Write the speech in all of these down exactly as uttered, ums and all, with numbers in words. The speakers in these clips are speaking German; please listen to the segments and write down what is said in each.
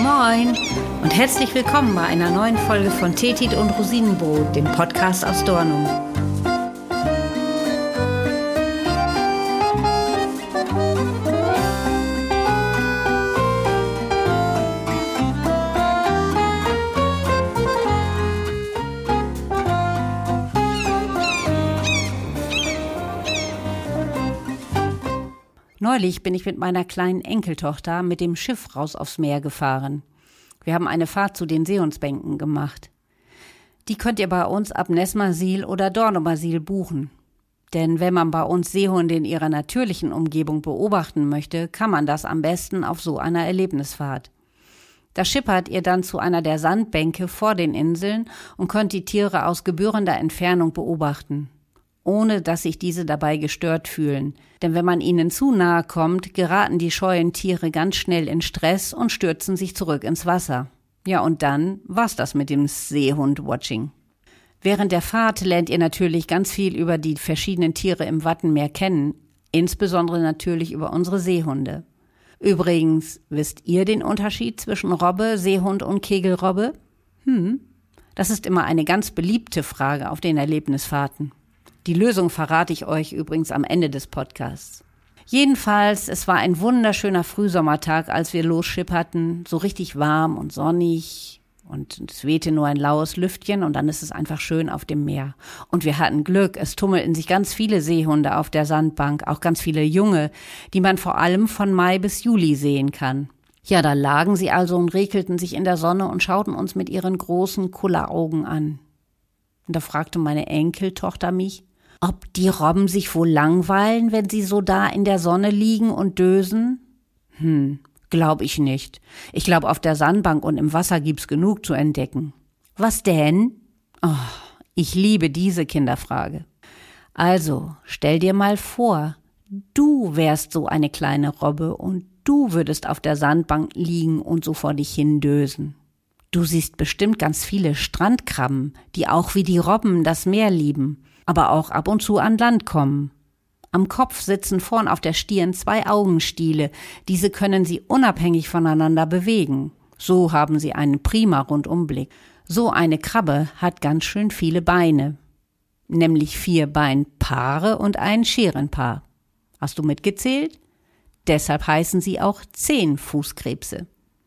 Moin und herzlich willkommen bei einer neuen Folge von Tetit und Rosinenbrot, dem Podcast aus Dornum. Neulich bin ich mit meiner kleinen Enkeltochter mit dem Schiff raus aufs Meer gefahren. Wir haben eine Fahrt zu den Seehundsbänken gemacht. Die könnt ihr bei uns ab Nesmasil oder Dornumersiel buchen. Denn wenn man bei uns Seehunde in ihrer natürlichen Umgebung beobachten möchte, kann man das am besten auf so einer Erlebnisfahrt. Da schippert ihr dann zu einer der Sandbänke vor den Inseln und könnt die Tiere aus gebührender Entfernung beobachten, ohne dass sich diese dabei gestört fühlen. Denn wenn man ihnen zu nahe kommt, geraten die scheuen Tiere ganz schnell in Stress und stürzen sich zurück ins Wasser. Ja, und dann war's das mit dem Seehund-Watching. Während der Fahrt lernt ihr natürlich ganz viel über die verschiedenen Tiere im Wattenmeer kennen, insbesondere natürlich über unsere Seehunde. Übrigens, wisst ihr den Unterschied zwischen Robbe, Seehund und Kegelrobbe? Hm, das ist immer eine ganz beliebte Frage auf den Erlebnisfahrten. Die Lösung verrate ich euch übrigens am Ende des Podcasts. Jedenfalls, es war ein wunderschöner Frühsommertag, als wir losschipperten, so richtig warm und sonnig und es wehte nur ein laues Lüftchen und dann ist es einfach schön auf dem Meer. Und wir hatten Glück, es tummelten sich ganz viele Seehunde auf der Sandbank, auch ganz viele junge, die man vor allem von Mai bis Juli sehen kann. Ja, da lagen sie also und rekelten sich in der Sonne und schauten uns mit ihren großen Kulleraugen an. Und da fragte meine Enkeltochter mich, ob die Robben sich wohl langweilen, wenn sie so da in der Sonne liegen und dösen? Hm, glaub ich nicht. Ich glaube, auf der Sandbank und im Wasser gibt's genug zu entdecken. Was denn? Oh, ich liebe diese Kinderfrage. Also, stell dir mal vor, du wärst so eine kleine Robbe und du würdest auf der Sandbank liegen und so vor dich hin dösen. Du siehst bestimmt ganz viele Strandkrabben, die auch wie die Robben das Meer lieben, aber auch ab und zu an Land kommen. Am Kopf sitzen vorn auf der Stirn zwei Augenstiele. Diese können sie unabhängig voneinander bewegen. So haben sie einen prima Rundumblick. So eine Krabbe hat ganz schön viele Beine. Nämlich vier Beinpaare und ein Scherenpaar. Hast du mitgezählt? Deshalb heißen sie auch Zehnfußkrebse.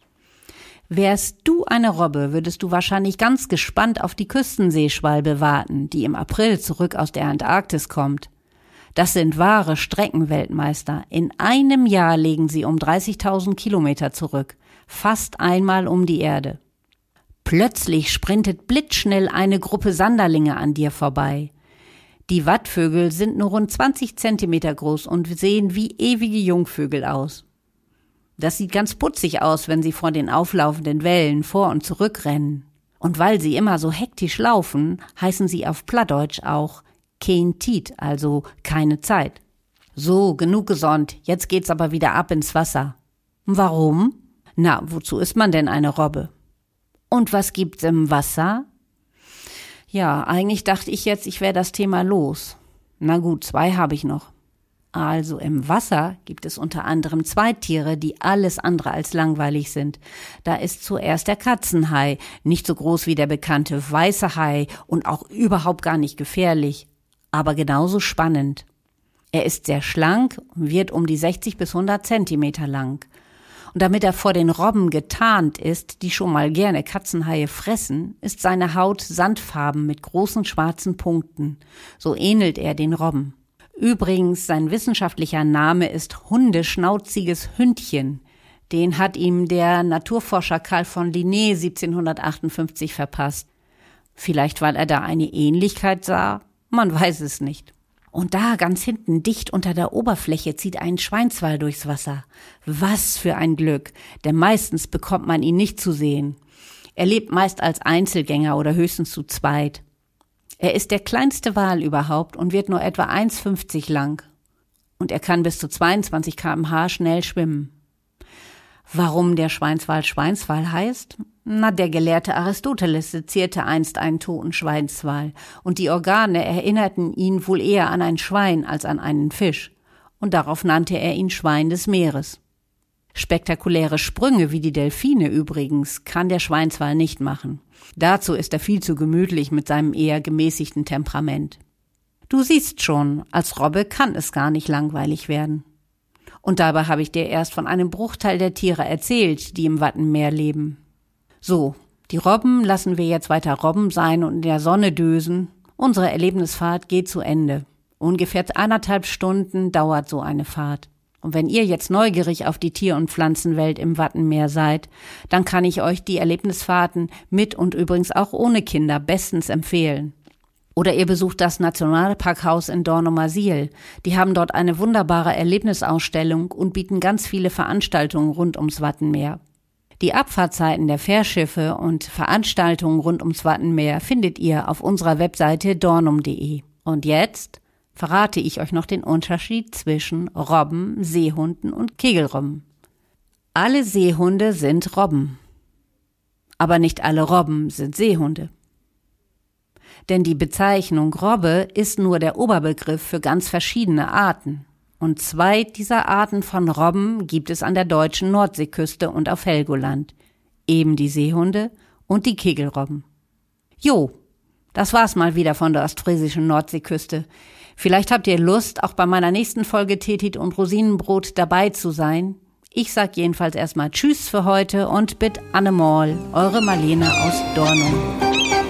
Wärst du eine Robbe, würdest du wahrscheinlich ganz gespannt auf die Küstenseeschwalbe warten, die im April zurück aus der Antarktis kommt. Das sind wahre Streckenweltmeister. In einem Jahr legen sie um dreißigtausend Kilometer zurück, fast einmal um die Erde. Plötzlich sprintet blitzschnell eine Gruppe Sanderlinge an dir vorbei. Die Wattvögel sind nur rund zwanzig Zentimeter groß und sehen wie ewige Jungvögel aus. Das sieht ganz putzig aus, wenn sie vor den auflaufenden Wellen vor und zurück rennen. Und weil sie immer so hektisch laufen, heißen sie auf Plattdeutsch auch kein Tiet, also keine Zeit. So, genug gesonnt, jetzt geht's aber wieder ab ins Wasser. Warum? Na, wozu ist man denn eine Robbe? Und was gibt's im Wasser? Ja, eigentlich dachte ich jetzt, ich wäre das Thema los. Na gut, zwei habe ich noch. Also im Wasser gibt es unter anderem zwei Tiere, die alles andere als langweilig sind. Da ist zuerst der Katzenhai, nicht so groß wie der bekannte weiße Hai und auch überhaupt gar nicht gefährlich, aber genauso spannend. Er ist sehr schlank und wird um die sechzig bis hundert Zentimeter lang. Und damit er vor den Robben getarnt ist, die schon mal gerne Katzenhaie fressen, ist seine Haut sandfarben mit großen schwarzen Punkten. So ähnelt er den Robben. Übrigens, sein wissenschaftlicher Name ist Hundeschnauziges Hündchen. Den hat ihm der Naturforscher Carl von Linné siebzehnhundertachtundfünfzig verpasst. Vielleicht, weil er da eine Ähnlichkeit sah? Man weiß es nicht. Und da ganz hinten, dicht unter der Oberfläche, zieht ein Schweinswal durchs Wasser. Was für ein Glück, denn meistens bekommt man ihn nicht zu sehen. Er lebt meist als Einzelgänger oder höchstens zu zweit. Er ist der kleinste Wal überhaupt und wird nur etwa eins Komma fünfzig lang. Und er kann bis zu zweiundzwanzig Kilometer pro Stunde schnell schwimmen. Warum der Schweinswal Schweinswal heißt? Na, der Gelehrte Aristoteles sezierte einst einen toten Schweinswal und die Organe erinnerten ihn wohl eher an ein Schwein als an einen Fisch. Und darauf nannte er ihn Schwein des Meeres. Spektakuläre Sprünge wie die Delfine übrigens kann der Schweinswal nicht machen. Dazu ist er viel zu gemütlich mit seinem eher gemäßigten Temperament. Du siehst schon, als Robbe kann es gar nicht langweilig werden. Und dabei habe ich dir erst von einem Bruchteil der Tiere erzählt, die im Wattenmeer leben. So, die Robben lassen wir jetzt weiter Robben sein und in der Sonne dösen. Unsere Erlebnisfahrt geht zu Ende. Ungefähr eineinhalb Stunden dauert so eine Fahrt. Und wenn ihr jetzt neugierig auf die Tier- und Pflanzenwelt im Wattenmeer seid, dann kann ich euch die Erlebnisfahrten mit und übrigens auch ohne Kinder bestens empfehlen. Oder ihr besucht das Nationalparkhaus in Dornumersiel. Die haben dort eine wunderbare Erlebnisausstellung und bieten ganz viele Veranstaltungen rund ums Wattenmeer. Die Abfahrtzeiten der Fährschiffe und Veranstaltungen rund ums Wattenmeer findet ihr auf unserer Webseite dornum punkt de. Und jetzt verrate ich euch noch den Unterschied zwischen Robben, Seehunden und Kegelrobben. Alle Seehunde sind Robben, aber nicht alle Robben sind Seehunde. Denn die Bezeichnung Robbe ist nur der Oberbegriff für ganz verschiedene Arten. Und zwei dieser Arten von Robben gibt es an der deutschen Nordseeküste und auf Helgoland. Eben die Seehunde und die Kegelrobben. Jo, das war's mal wieder von der ostfriesischen Nordseeküste. Vielleicht habt ihr Lust, auch bei meiner nächsten Folge Tetit und Rosinenbrot dabei zu sein. Ich sag jedenfalls erstmal Tschüss für heute und bis annemol, eure Marlene aus Dornum.